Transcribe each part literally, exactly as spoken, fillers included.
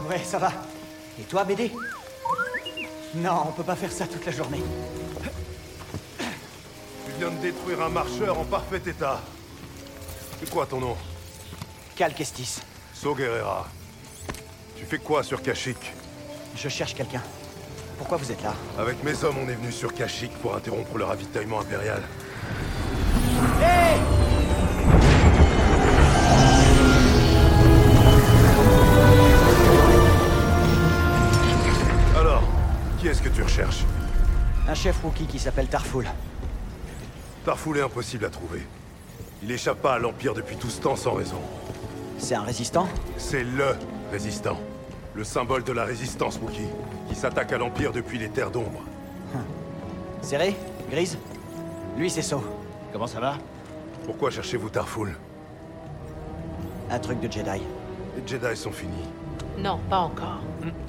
Ouais, ça va. Et toi, B D? Non, on peut pas faire ça toute la journée. Tu viens de détruire un marcheur en parfait état. C'est quoi ton nom? Cal Kestis. So Guerrera. Tu fais quoi sur Kashyyyk? Je cherche quelqu'un. Pourquoi vous êtes là? Avec mes hommes, on est venu sur Kashyyyk pour interrompre le ravitaillement impérial. Hé! Alors, qui est-ce que tu recherches? Un chef Wookie qui s'appelle Tarful. Tarful est impossible à trouver. Il échappe pas à l'Empire depuis tout ce temps sans raison. C'est un résistant? C'est LE résistant. Le symbole de la résistance Wookie, qui s'attaque à l'Empire depuis les Terres d'Ombre. Hum. Serré? Grise? Lui, c'est So. Comment ça va? Pourquoi cherchez-vous Tarful? Un truc de Jedi. Les Jedi sont finis. Non, pas encore.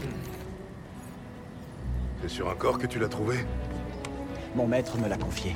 C'est sur un corps que tu l'as trouvé? Mon maître me l'a confié.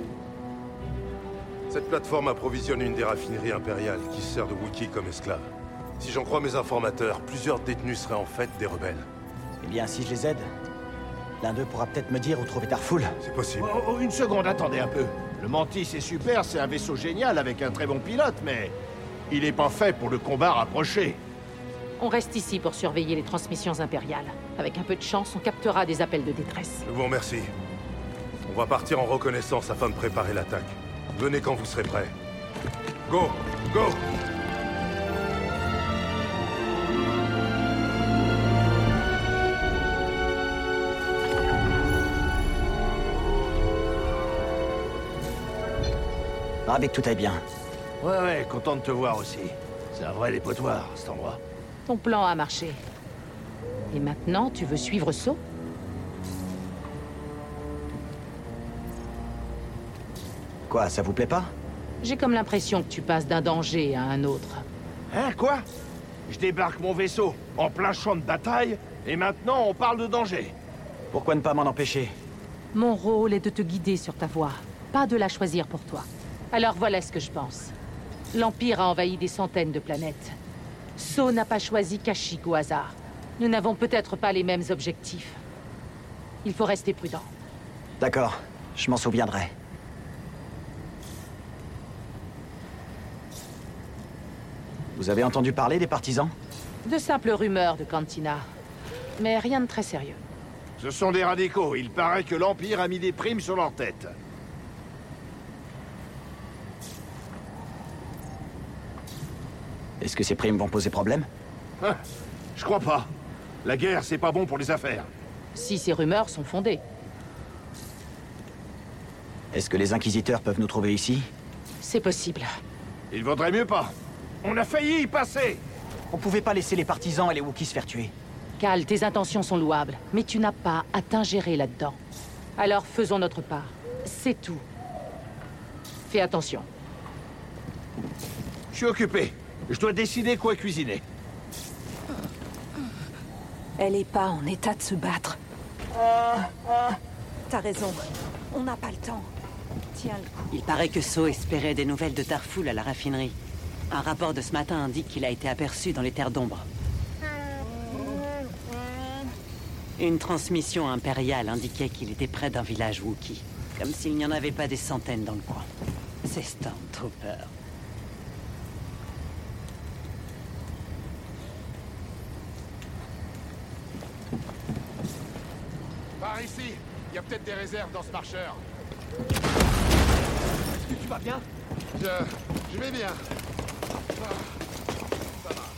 Cette plateforme approvisionne une des raffineries impériales qui sert de Wookie comme esclave. Si j'en crois mes informateurs, plusieurs détenus seraient en fait des rebelles. Eh bien, si je les aide, l'un d'eux pourra peut-être me dire où trouver Tarful. C'est possible. Oh, oh, une seconde, attendez un peu. Le Mantis c'est super, c'est un vaisseau génial avec un très bon pilote, mais... il est pas fait pour le combat rapproché. On reste ici pour surveiller les transmissions impériales. Avec un peu de chance, on captera des appels de détresse. Je vous remercie. On va partir en reconnaissance afin de préparer l'attaque. Venez quand vous serez prêts. Go! Go! Ravi que tout aille bien. Ouais, ouais, content de te voir aussi. C'est un vrai dépotoir, cet endroit. Ton plan a marché. Et maintenant, tu veux suivre So? Quoi, ça vous plaît pas? J'ai comme l'impression que tu passes d'un danger à un autre. Hein, quoi? Je débarque mon vaisseau, en plein champ de bataille, et maintenant on parle de danger. Pourquoi ne pas m'en empêcher? Mon rôle est de te guider sur ta voie, pas de la choisir pour toi. Alors voilà ce que je pense. L'Empire a envahi des centaines de planètes. So n'a pas choisi Kashyyyk au hasard. Nous n'avons peut-être pas les mêmes objectifs. Il faut rester prudent. D'accord, je m'en souviendrai. Vous avez entendu parler des partisans? De simples rumeurs de Cantina. Mais rien de très sérieux. Ce sont des radicaux, il paraît que l'Empire a mis des primes sur leur tête. Est-ce que ces primes vont poser problème? Hein, je crois pas. La guerre, c'est pas bon pour les affaires. Si ces rumeurs sont fondées. Est-ce que les Inquisiteurs peuvent nous trouver ici? C'est possible. Il vaudrait mieux pas. On a failli y passer. On pouvait pas laisser les partisans et les Wookiees se faire tuer. Cal, tes intentions sont louables, mais tu n'as pas à t'ingérer là-dedans. Alors faisons notre part. C'est tout. Fais attention. Je suis occupé. Je dois décider quoi cuisiner. Elle est pas en état de se battre. T'as raison. On n'a pas le temps. Tiens le coup. Il paraît que So espérait des nouvelles de Tarful à la raffinerie. Un rapport de ce matin indique qu'il a été aperçu dans les terres d'ombre. Une transmission impériale indiquait qu'il était près d'un village Wookie. Comme s'il n'y en avait pas des centaines dans le coin. C'est Stormtrooper. Par ici, il y a peut-être des réserves dans ce marcheur. Est-ce que tu vas bien? Je... je vais bien. Ah, ça va.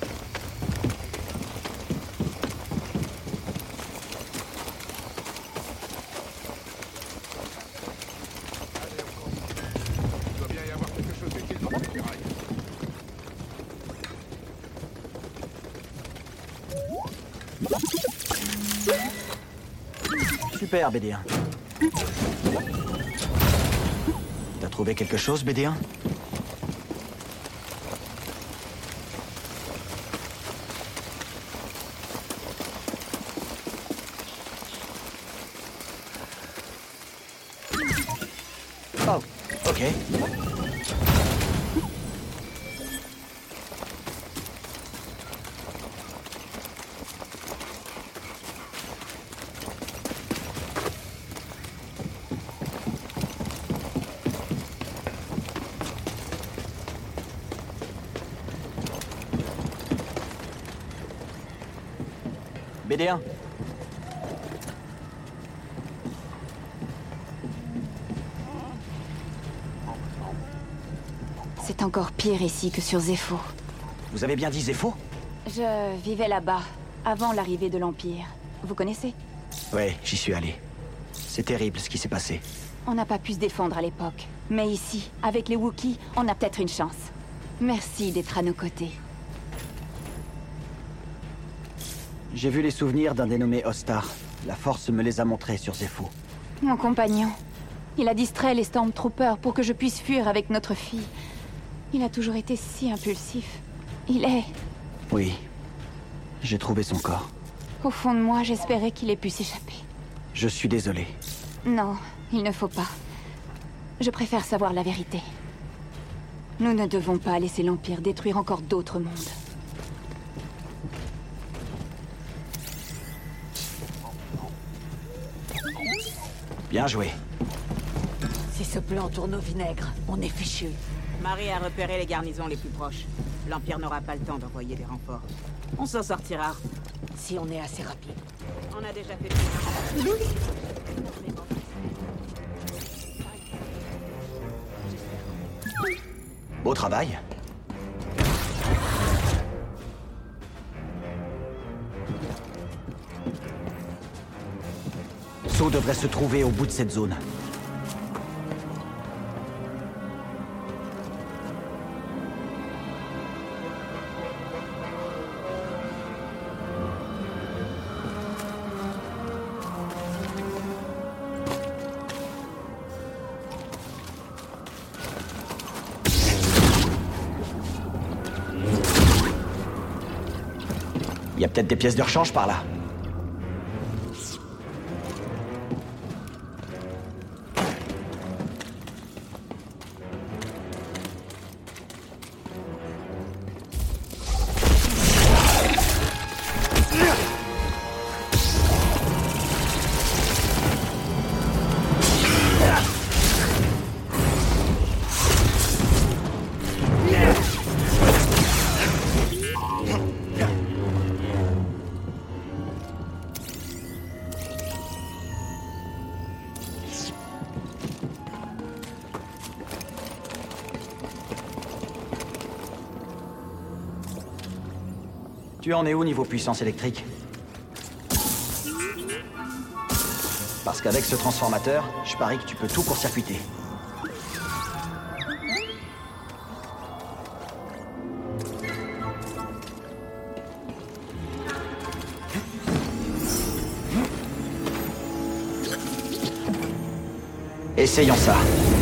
Allez, on continue. Il doit bien y avoir quelque chose d'utile dans cette muraille. Super, B D un. T'as trouvé quelque chose, B D un? Oh, ok. B D un. C'est encore pire ici que sur Zepho. Vous avez bien dit Zepho? Je vivais là-bas, avant l'arrivée de l'Empire. Vous connaissez? Ouais, j'y suis allé. C'est terrible ce qui s'est passé. On n'a pas pu se défendre à l'époque. Mais ici, avec les Wookiees, on a peut-être une chance. Merci d'être à nos côtés. J'ai vu les souvenirs d'un dénommé Ostar. La Force me les a montrés sur Zepho. Mon compagnon. Il a distrait les Stormtroopers pour que je puisse fuir avec notre fille. Il a toujours été si impulsif. Il est... Oui. J'ai trouvé son corps. Au fond de moi, j'espérais qu'il ait pu s'échapper. Je suis désolé. Non, il ne faut pas. Je préfère savoir la vérité. Nous ne devons pas laisser l'Empire détruire encore d'autres mondes. Bien joué. Si ce plan tourne au vinaigre, on est fichu. Marie a repéré les garnisons les plus proches. L'Empire n'aura pas le temps d'envoyer des renforts. On s'en sortira. Si on est assez rapide. On a déjà fait... Beau travail. Saut devrait se trouver au bout de cette zone. Il y a peut-être des pièces de rechange par là. Tu en es où niveau puissance électrique? Parce qu'avec ce transformateur, je parie que tu peux tout court-circuiter. Essayons ça.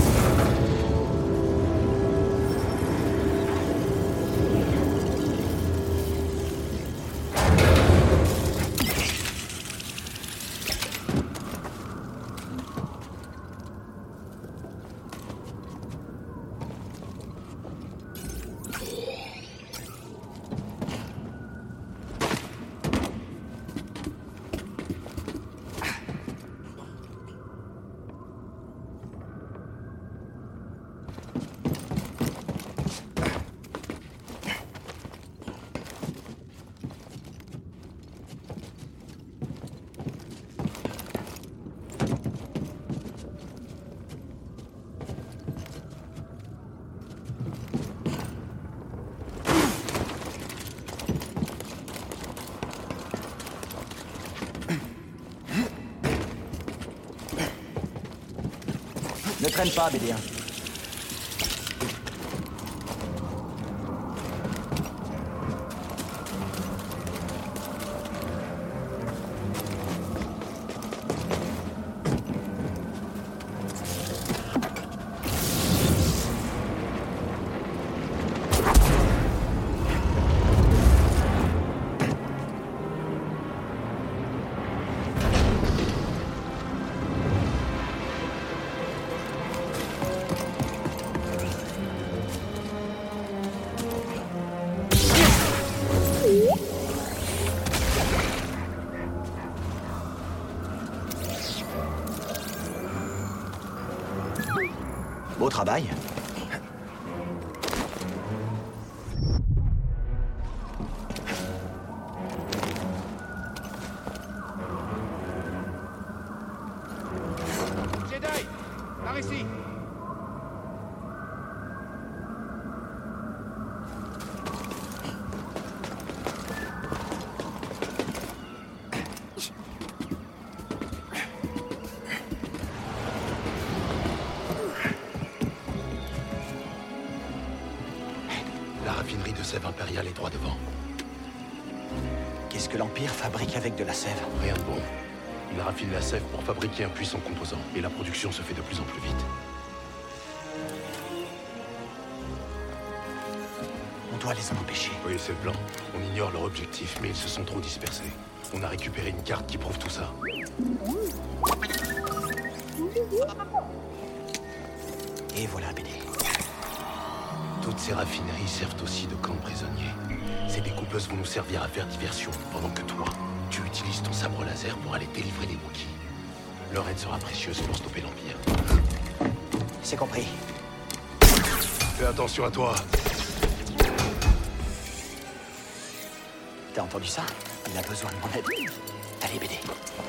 Ne traîne pas, B D un. Beau travail. La raffinerie de sève impériale est droit devant. Qu'est-ce que l'Empire fabrique avec de la sève? Rien de bon. Il raffine la sève pour fabriquer un puissant composant, et la production se fait de plus en plus vite. On doit les en empêcher. Oui, c'est le plan. On ignore leur objectif, mais ils se sont trop dispersés. On a récupéré une carte qui prouve tout ça. Et voilà, B D. Toutes ces raffineries servent aussi de camp de prisonniers. Ces découpeuses vont nous servir à faire diversion, pendant que toi, tu utilises ton sabre laser pour aller délivrer les Wookiees. Leur aide sera précieuse pour stopper l'Empire. C'est compris. Fais attention à toi. T'as entendu ça? Il a besoin de mon aide. Allez, B D.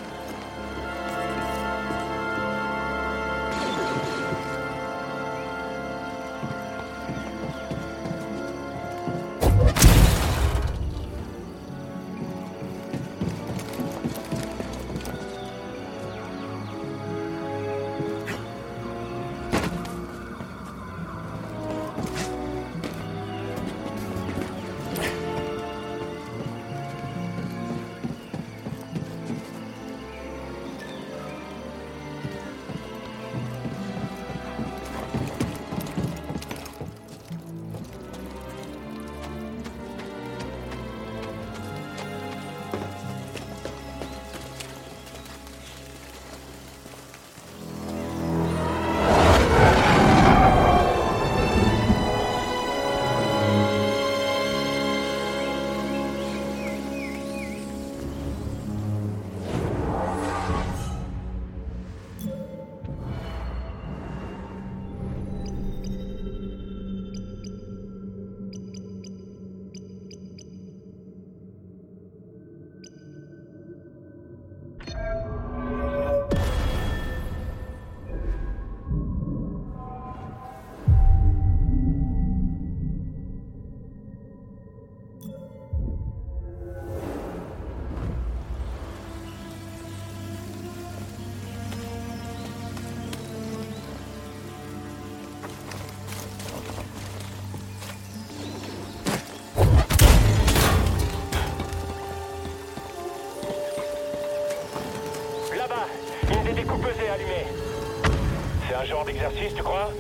Un genre d'exercice, tu crois?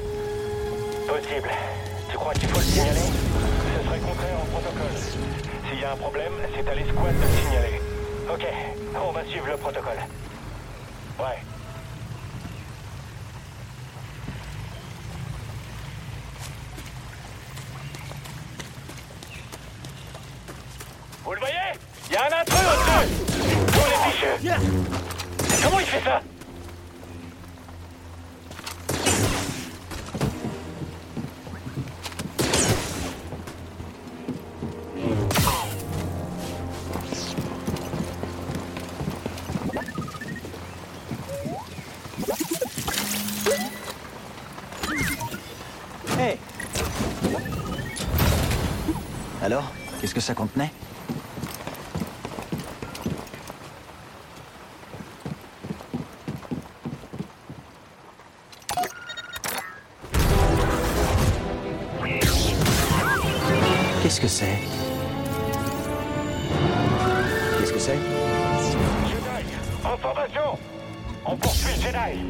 Possible. Tu crois qu'il faut le signaler? Ce serait contraire au protocole. S'il y a un problème, c'est à l'escouade de le signaler. Ok, on va suivre le protocole. Ouais. Vous le voyez? Il y a un intrus au-dessus! Pour les fichus! Comment il fait ça? Alors, qu'est-ce que ça contenait? Qu'est-ce que c'est? Qu'est-ce que c'est? Jedi! En formation! On poursuit le Jedi!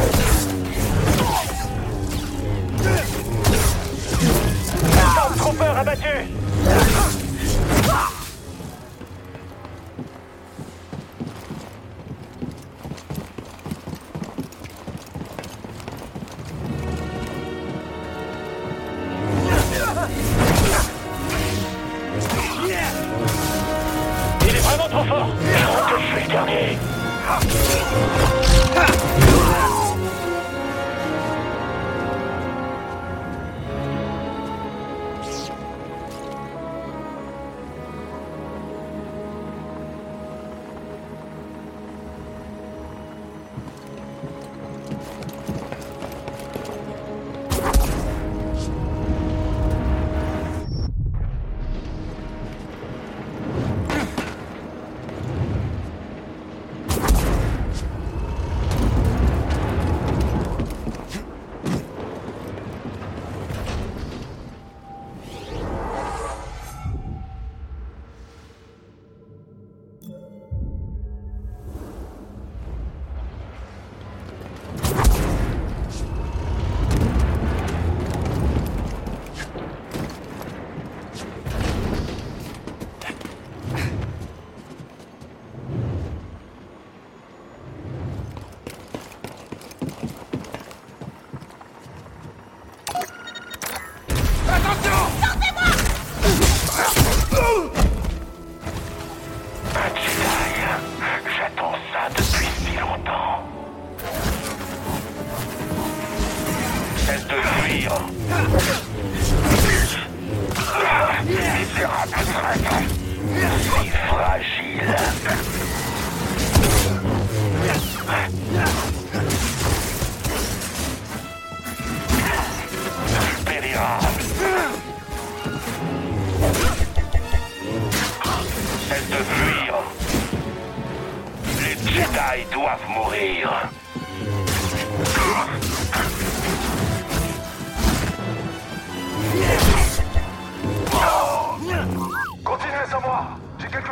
Stormtrooper abattu! Il est vraiment trop fort! Je crois que je suis le dernier!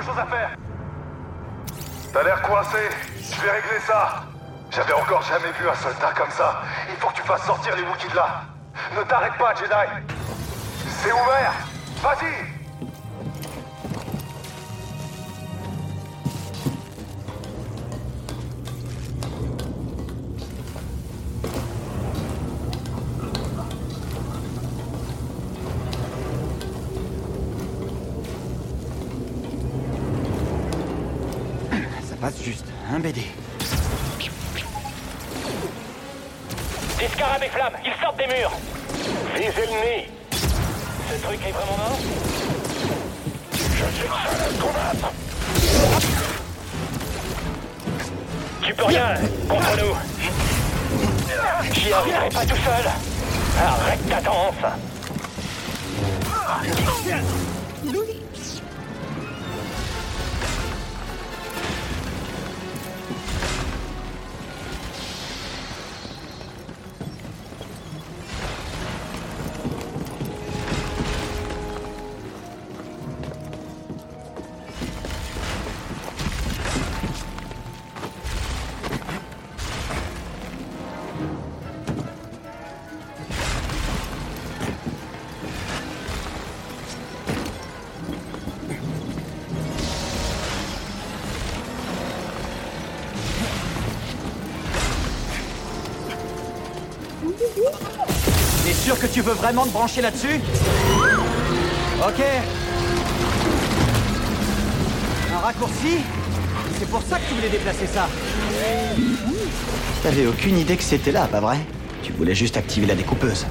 chose à faire. T'as l'air coincé. Je vais régler ça. J'avais encore jamais vu un soldat comme ça. Il faut que tu fasses sortir les Wookiees de là. Ne t'arrête pas, Jedi. C'est ouvert. Vas-y. Passe juste, un B D. Des scarabées flammes, ils sortent des murs. Visez le nez. Ce truc est vraiment mort? Je suis le seul à le combattre. Tu peux rien contre nous. J'y arriverai pas tout seul. Arrête ta danse. T'es sûr que tu veux vraiment te brancher là-dessus? Ok. Un raccourci? C'est pour ça que tu voulais déplacer ça. T'avais aucune idée que c'était là, pas vrai? Tu voulais juste activer la découpeuse.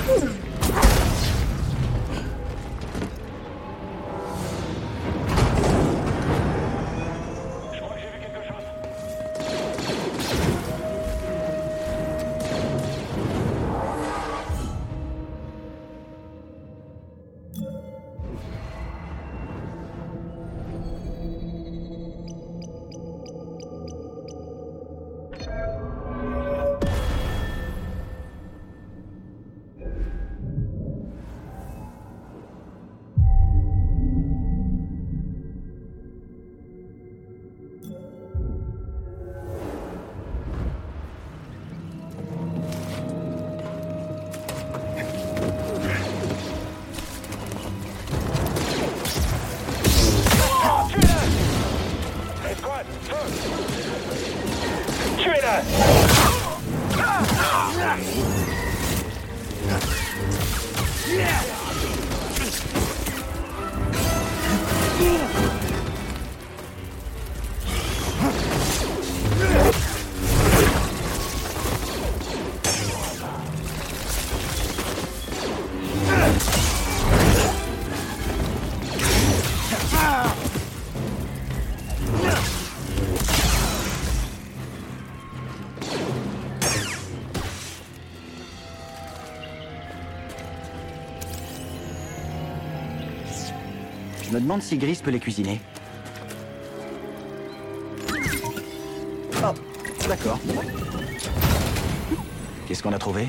Je me demande si Gris peut les cuisiner. Oh, d'accord. Qu'est-ce qu'on a trouvé?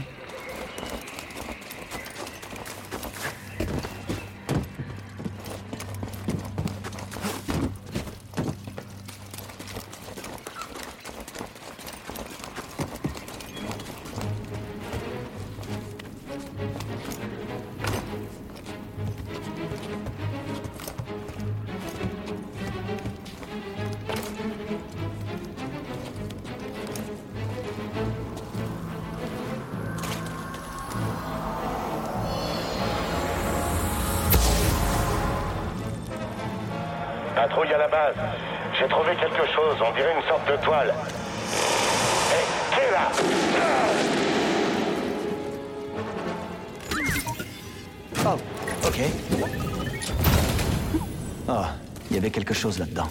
Patrouille à la base. J'ai trouvé quelque chose, on dirait une sorte de toile. Hé, qui est là? Oh, ok. Oh, il y avait quelque chose là-dedans.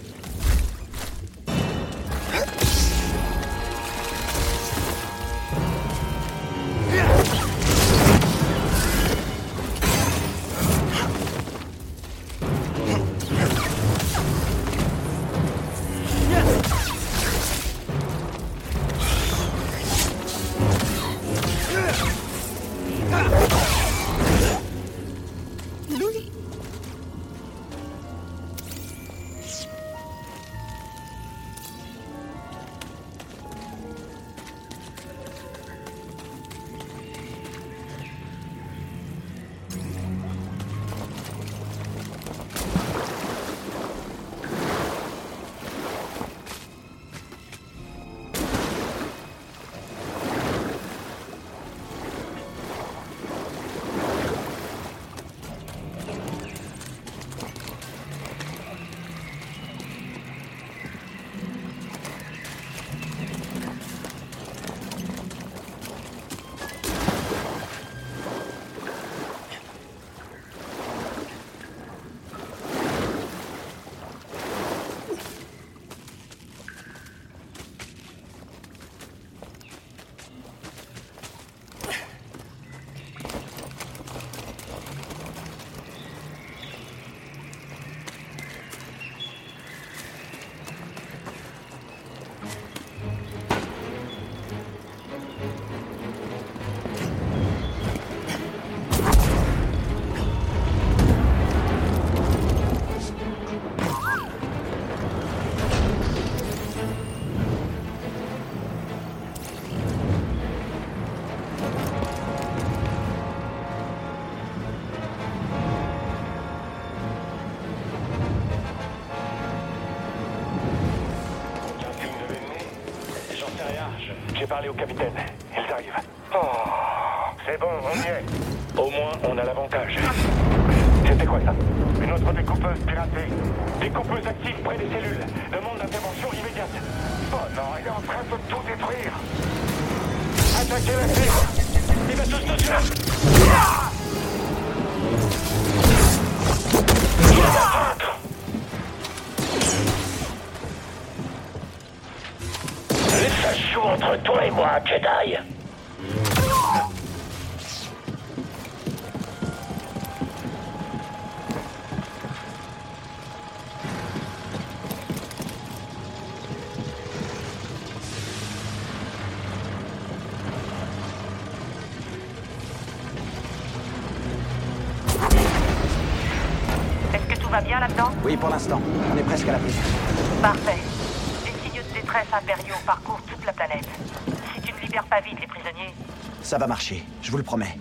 J'ai parlé au capitaine. Ils arrivent. Oh, c'est bon, on y est. Au moins, on a l'avantage. C'était quoi ça? Une autre découpeuse piratée. Découpeuse active près des cellules. Demande d'intervention immédiate. Oh non, il est en train de tout détruire. Attaquez la cible. Il va tous nous tuer. Il va vaincre. Ça joue entre toi et moi, Jedi. Est-ce que tout va bien là-dedans? Oui, pour l'instant. On est presque à la prison. Parfait. Les signaux de détresse impériaux parcourent toute la planète. Si tu ne libères pas vite les prisonniers... Ça va marcher, je vous le promets.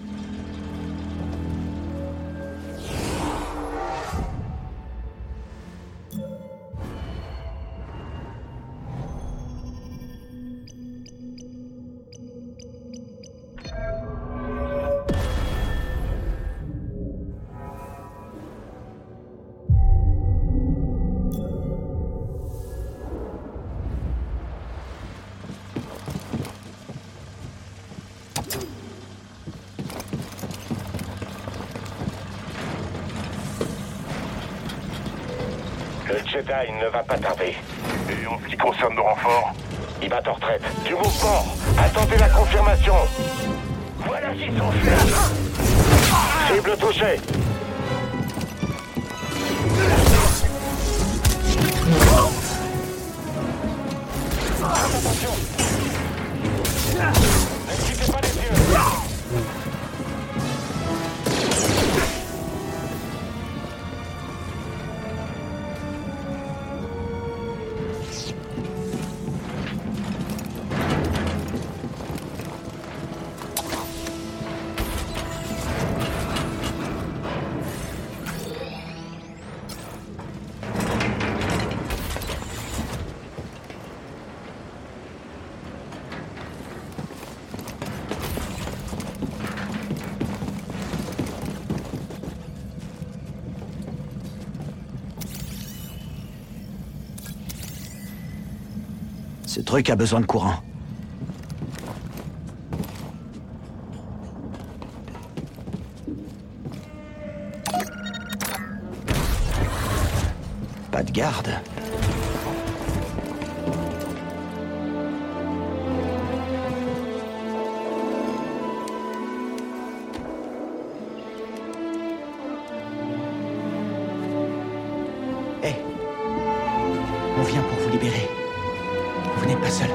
Le Jedi ne va pas tarder. Et en ce qui concerne nos renforts? Il va en retraite. Du mouvement. Attendez la confirmation. Voilà qui sont faits. Cible touchée. Attention. Ne quittez pas les yeux. Ce truc a besoin de courant. Pas de garde. Hé, hey. On vient pour vous libérer. Vous n'êtes pas seul.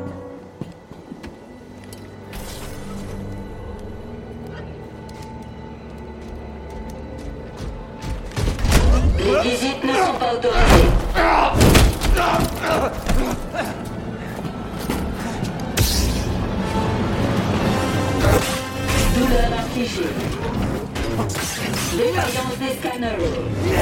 Les visites ne sont pas autorisées. Douleur infligée. Défaillance des scanners.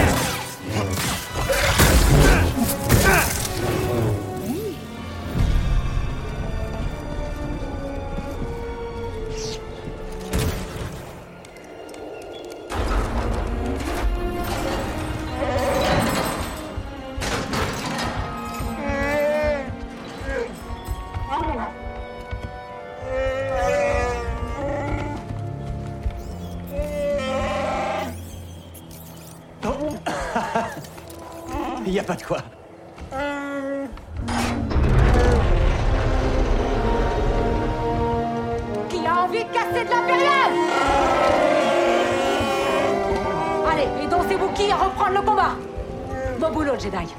Il n'y a pas de quoi. Qui a envie de casser de l'impérial? Allez, aidons ces Wookiees à reprendre le combat. Bon boulot, Jedi.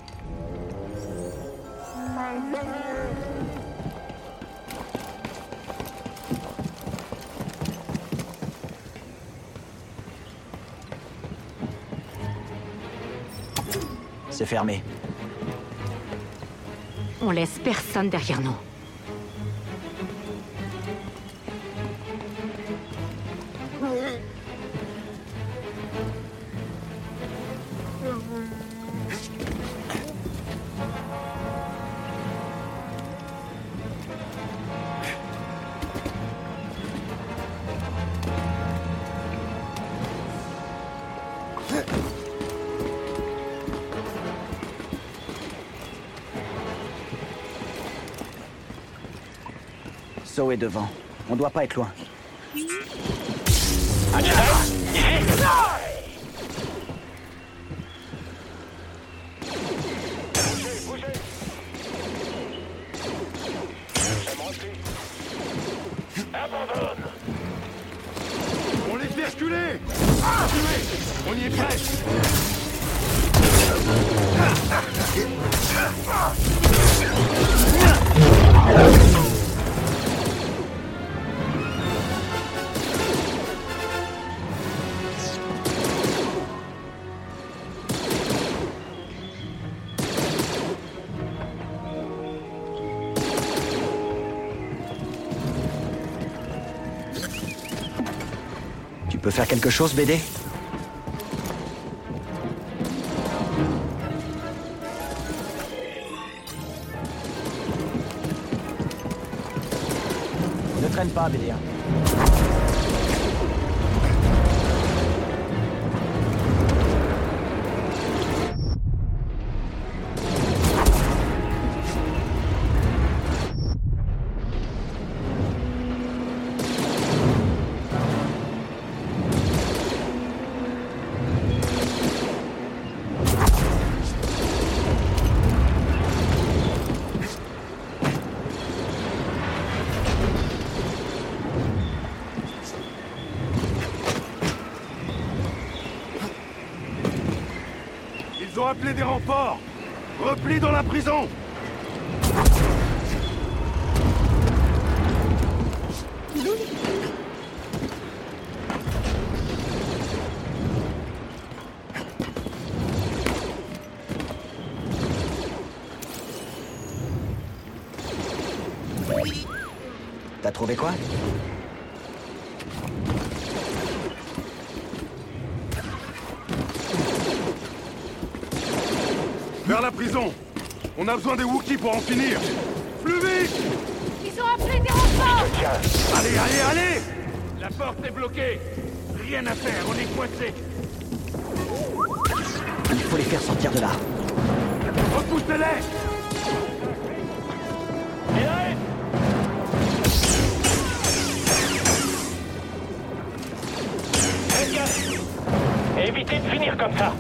C'est fermé. On laisse personne derrière nous. So est devant. On doit pas être loin. Un Jedi? Ici? Bougez, bougez! Ça me remplit. Abandonne! On les fait reculer! Ah, on y est presque! Tu peux faire quelque chose, B D? Ne traîne pas, B D un. Ils ont appelé des renforts! Repli dans la prison! T'as trouvé quoi? Vers la prison! On a besoin des Wookiees pour en finir! Plus vite! Ils ont appelé des renforts! Allez, allez, allez! La porte est bloquée! Rien à faire, on est coincés! Il faut les faire sortir de là. Repoussez-les! Les gars, évitez de finir comme ça!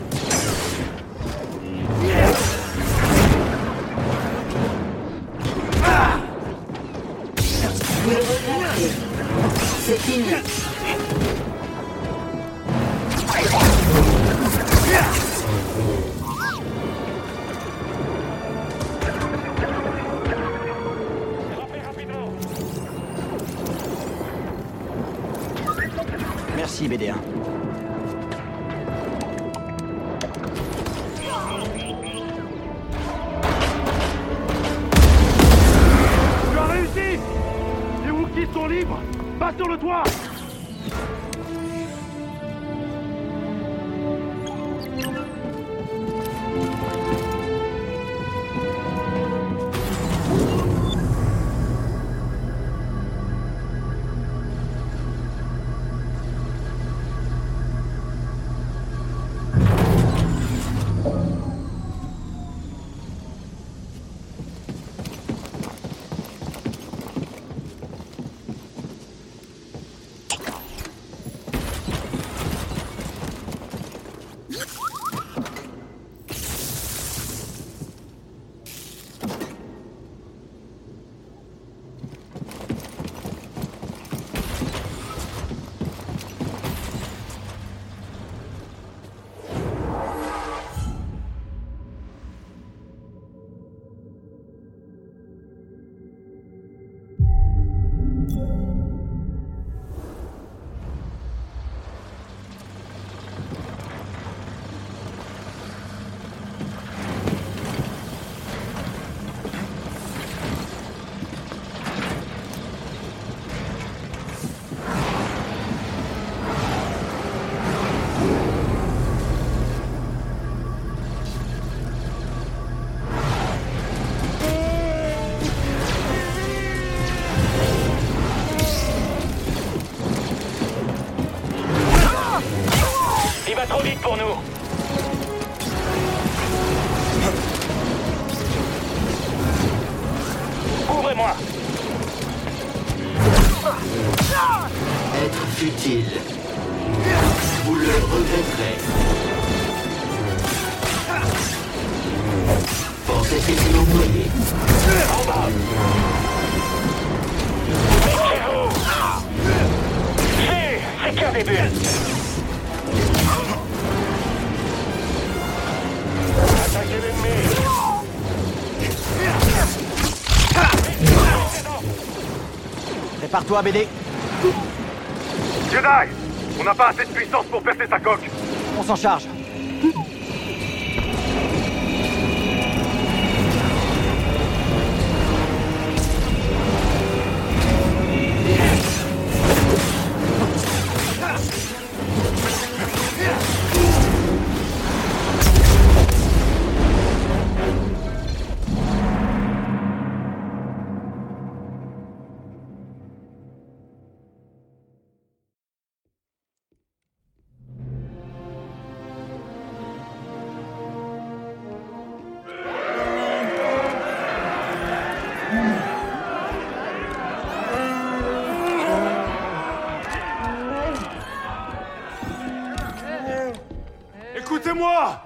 C'est fini. Merci, B D un. Tu as réussi! Les Wookiees sont libres! Pas sur le toit! nous. Ouvrez-moi. Être futile. Vous le regretterez. Pensez que c'est l'employé. En bas. Méfiez-vous. C'est... c'est qu'un début. Attaquez l'ennemi. Prépare-toi, B D. Jedi! On n'a pas assez de puissance pour percer sa coque. On s'en charge. Écoutez-moi!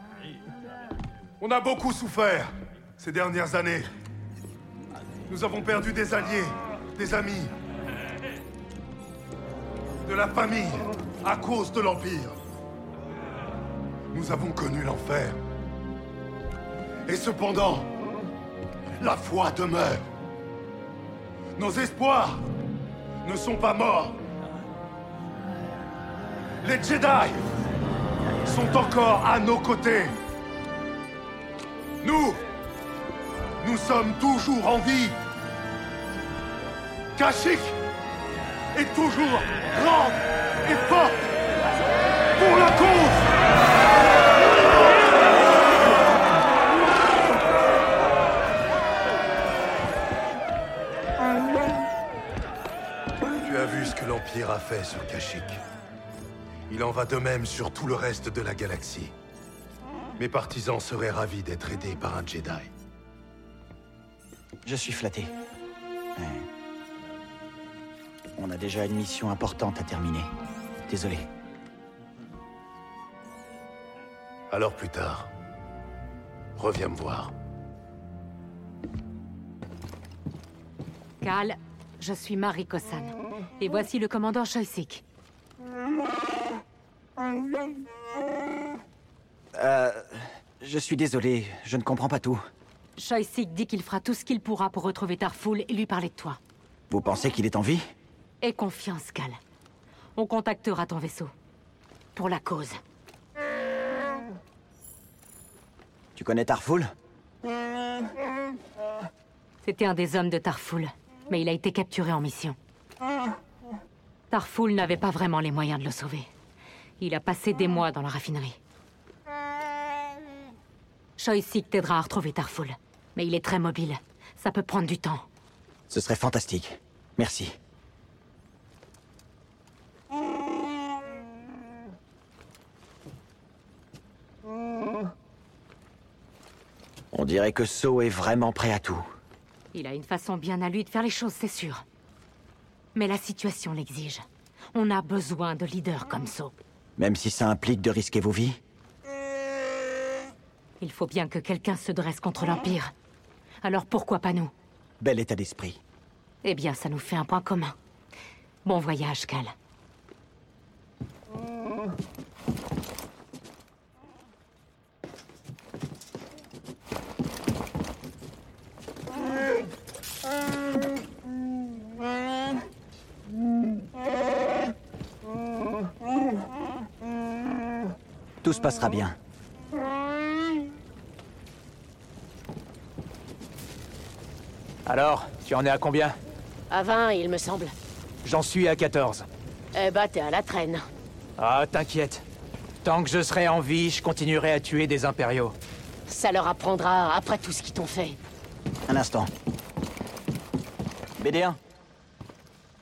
On a beaucoup souffert ces dernières années. Nous avons perdu des alliés, des amis, de la famille à cause de l'Empire. Nous avons connu l'enfer. Et cependant, la foi demeure. Nos espoirs ne sont pas morts. Les Jedi sont encore à nos côtés. Nous, nous sommes toujours en vie. Kashyyyk est toujours grande et forte pour la cause. Tu as vu ce que l'Empire a fait sur Kashyyyk. Il en va de même sur tout le reste de la galaxie. Mes partisans seraient ravis d'être aidés par un Jedi. Je suis flatté. Mais... on a déjà une mission importante à terminer. Désolé. Alors plus tard, reviens me voir. Cal, je suis Mariko San. Et voici le commandant Choyyssyk. Euh... Je suis désolé, je ne comprends pas tout. Choyyssyk dit qu'il fera tout ce qu'il pourra pour retrouver Tarful et lui parler de toi. Vous pensez qu'il est en vie? Aie confiance, Cal. On contactera ton vaisseau. Pour la cause. Tu connais Tarful? C'était un des hommes de Tarful, mais il a été capturé en mission. Tarful n'avait pas vraiment les moyens de le sauver. Il a passé des mois dans la raffinerie. Choyyssyk t'aidera à retrouver Tarful, mais il est très mobile. Ça peut prendre du temps. Ce serait fantastique. Merci. On dirait que So est vraiment prêt à tout. Il a une façon bien à lui de faire les choses, c'est sûr. Mais la situation l'exige. On a besoin de leaders comme So. Même si ça implique de risquer vos vies? Il faut bien que quelqu'un se dresse contre l'Empire. Alors pourquoi pas nous? Bel état d'esprit. Eh bien, ça nous fait un point commun. Bon voyage, Cal. Tout se passera bien. Alors, tu en es à combien? À vingt, il me semble. J'en suis à quatorze. Eh bah, t'es à la traîne. Ah, t'inquiète. Tant que je serai en vie, je continuerai à tuer des impériaux. Ça leur apprendra après tout ce qu'ils t'ont fait. Un instant. B D un.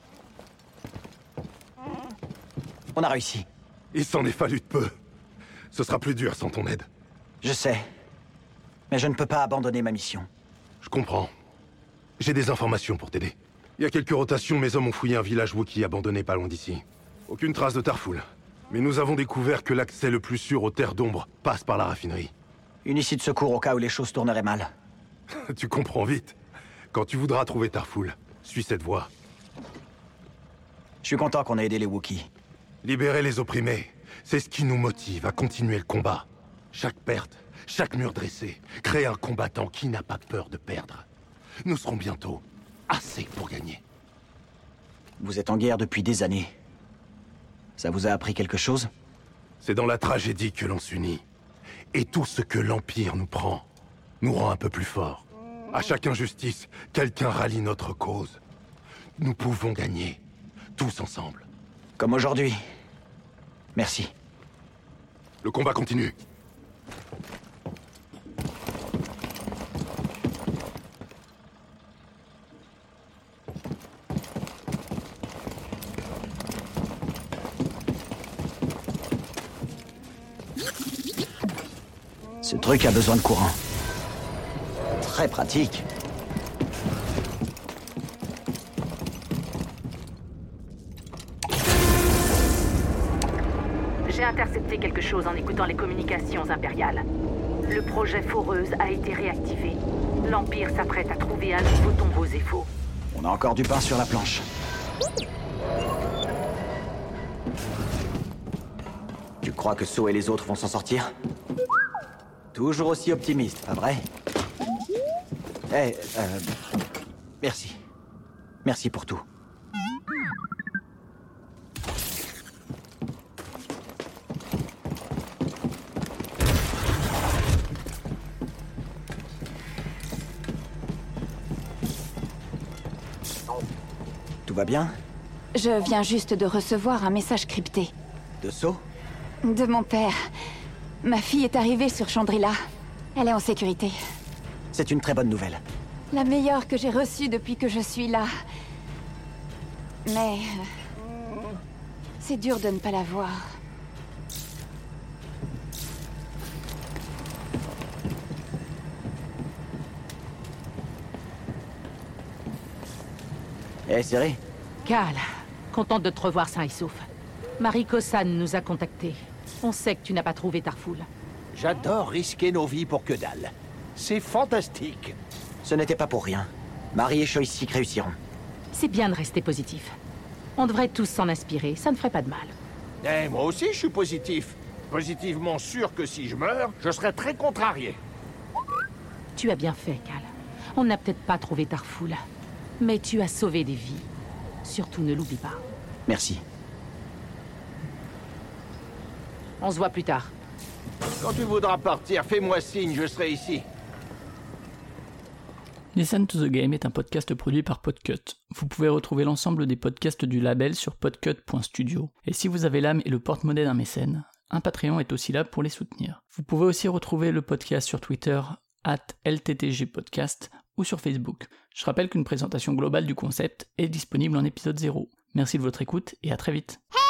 On a réussi. Il s'en est fallu de peu. Ce sera plus dur sans ton aide. Je sais. Mais je ne peux pas abandonner ma mission. Je comprends. J'ai des informations pour t'aider. Il y a quelques rotations, mes hommes ont fouillé un village Wookiee abandonné pas loin d'ici. Aucune trace de Tarful. Mais nous avons découvert que l'accès le plus sûr aux terres d'ombre passe par la raffinerie. Une issue de secours au cas où les choses tourneraient mal. Tu comprends vite. Quand tu voudras trouver Tarful, suis cette voie. Je suis content qu'on ait aidé les Wookiees. Libérer les opprimés, c'est ce qui nous motive à continuer le combat. Chaque perte, chaque mur dressé, crée un combattant qui n'a pas peur de perdre. Nous serons bientôt assez pour gagner. Vous êtes en guerre depuis des années. Ça vous a appris quelque chose? C'est dans la tragédie que l'on s'unit. Et tout ce que l'Empire nous prend nous rend un peu plus forts. À chaque injustice, quelqu'un rallie notre cause. Nous pouvons gagner, tous ensemble. Comme aujourd'hui. Merci. Le combat continue. Ce truc a besoin de courant. Très pratique. J'ai intercepté quelque chose en écoutant les communications impériales. Le projet Foreuse a été réactivé. L'Empire s'apprête à trouver un nouveau tombeau Zeffo. On a encore du pain sur la planche. Tu crois que So et les autres vont s'en sortir? Toujours aussi optimiste, pas vrai? Eh, euh... Merci. Merci pour tout. Tout va bien? Je viens juste de recevoir un message crypté. De So? De mon père. Ma fille est arrivée sur Chandrila. Elle est en sécurité. C'est une très bonne nouvelle. La meilleure que j'ai reçue depuis que je suis là. Mais... c'est dur de ne pas la voir. Eh, hey, Ciri? Cal, contente de te revoir sain et sauf. Marie-Kossan nous a contactés. On sait que tu n'as pas trouvé Tarful. J'adore risquer nos vies pour que dalle. C'est fantastique. Ce n'était pas pour rien. Marie et Choisik réussiront. C'est bien de rester positif. On devrait tous s'en inspirer, ça ne ferait pas de mal. Eh, moi aussi je suis positif. Positivement sûr que si je meurs, je serai très contrarié. Tu as bien fait, Cal. On n'a peut-être pas trouvé Tarful. Mais tu as sauvé des vies. Surtout ne l'oublie pas. Merci. On se voit plus tard. Quand tu voudras partir, fais-moi signe, je serai ici. Listen to the Game est un podcast produit par Podcut. Vous pouvez retrouver l'ensemble des podcasts du label sur podcut point studio. Et si vous avez l'âme et le porte-monnaie d'un mécène, un Patreon est aussi là pour les soutenir. Vous pouvez aussi retrouver le podcast sur Twitter, arobase L T T G podcast, ou sur Facebook. Je rappelle qu'une présentation globale du concept est disponible en épisode zéro. Merci de votre écoute et à très vite.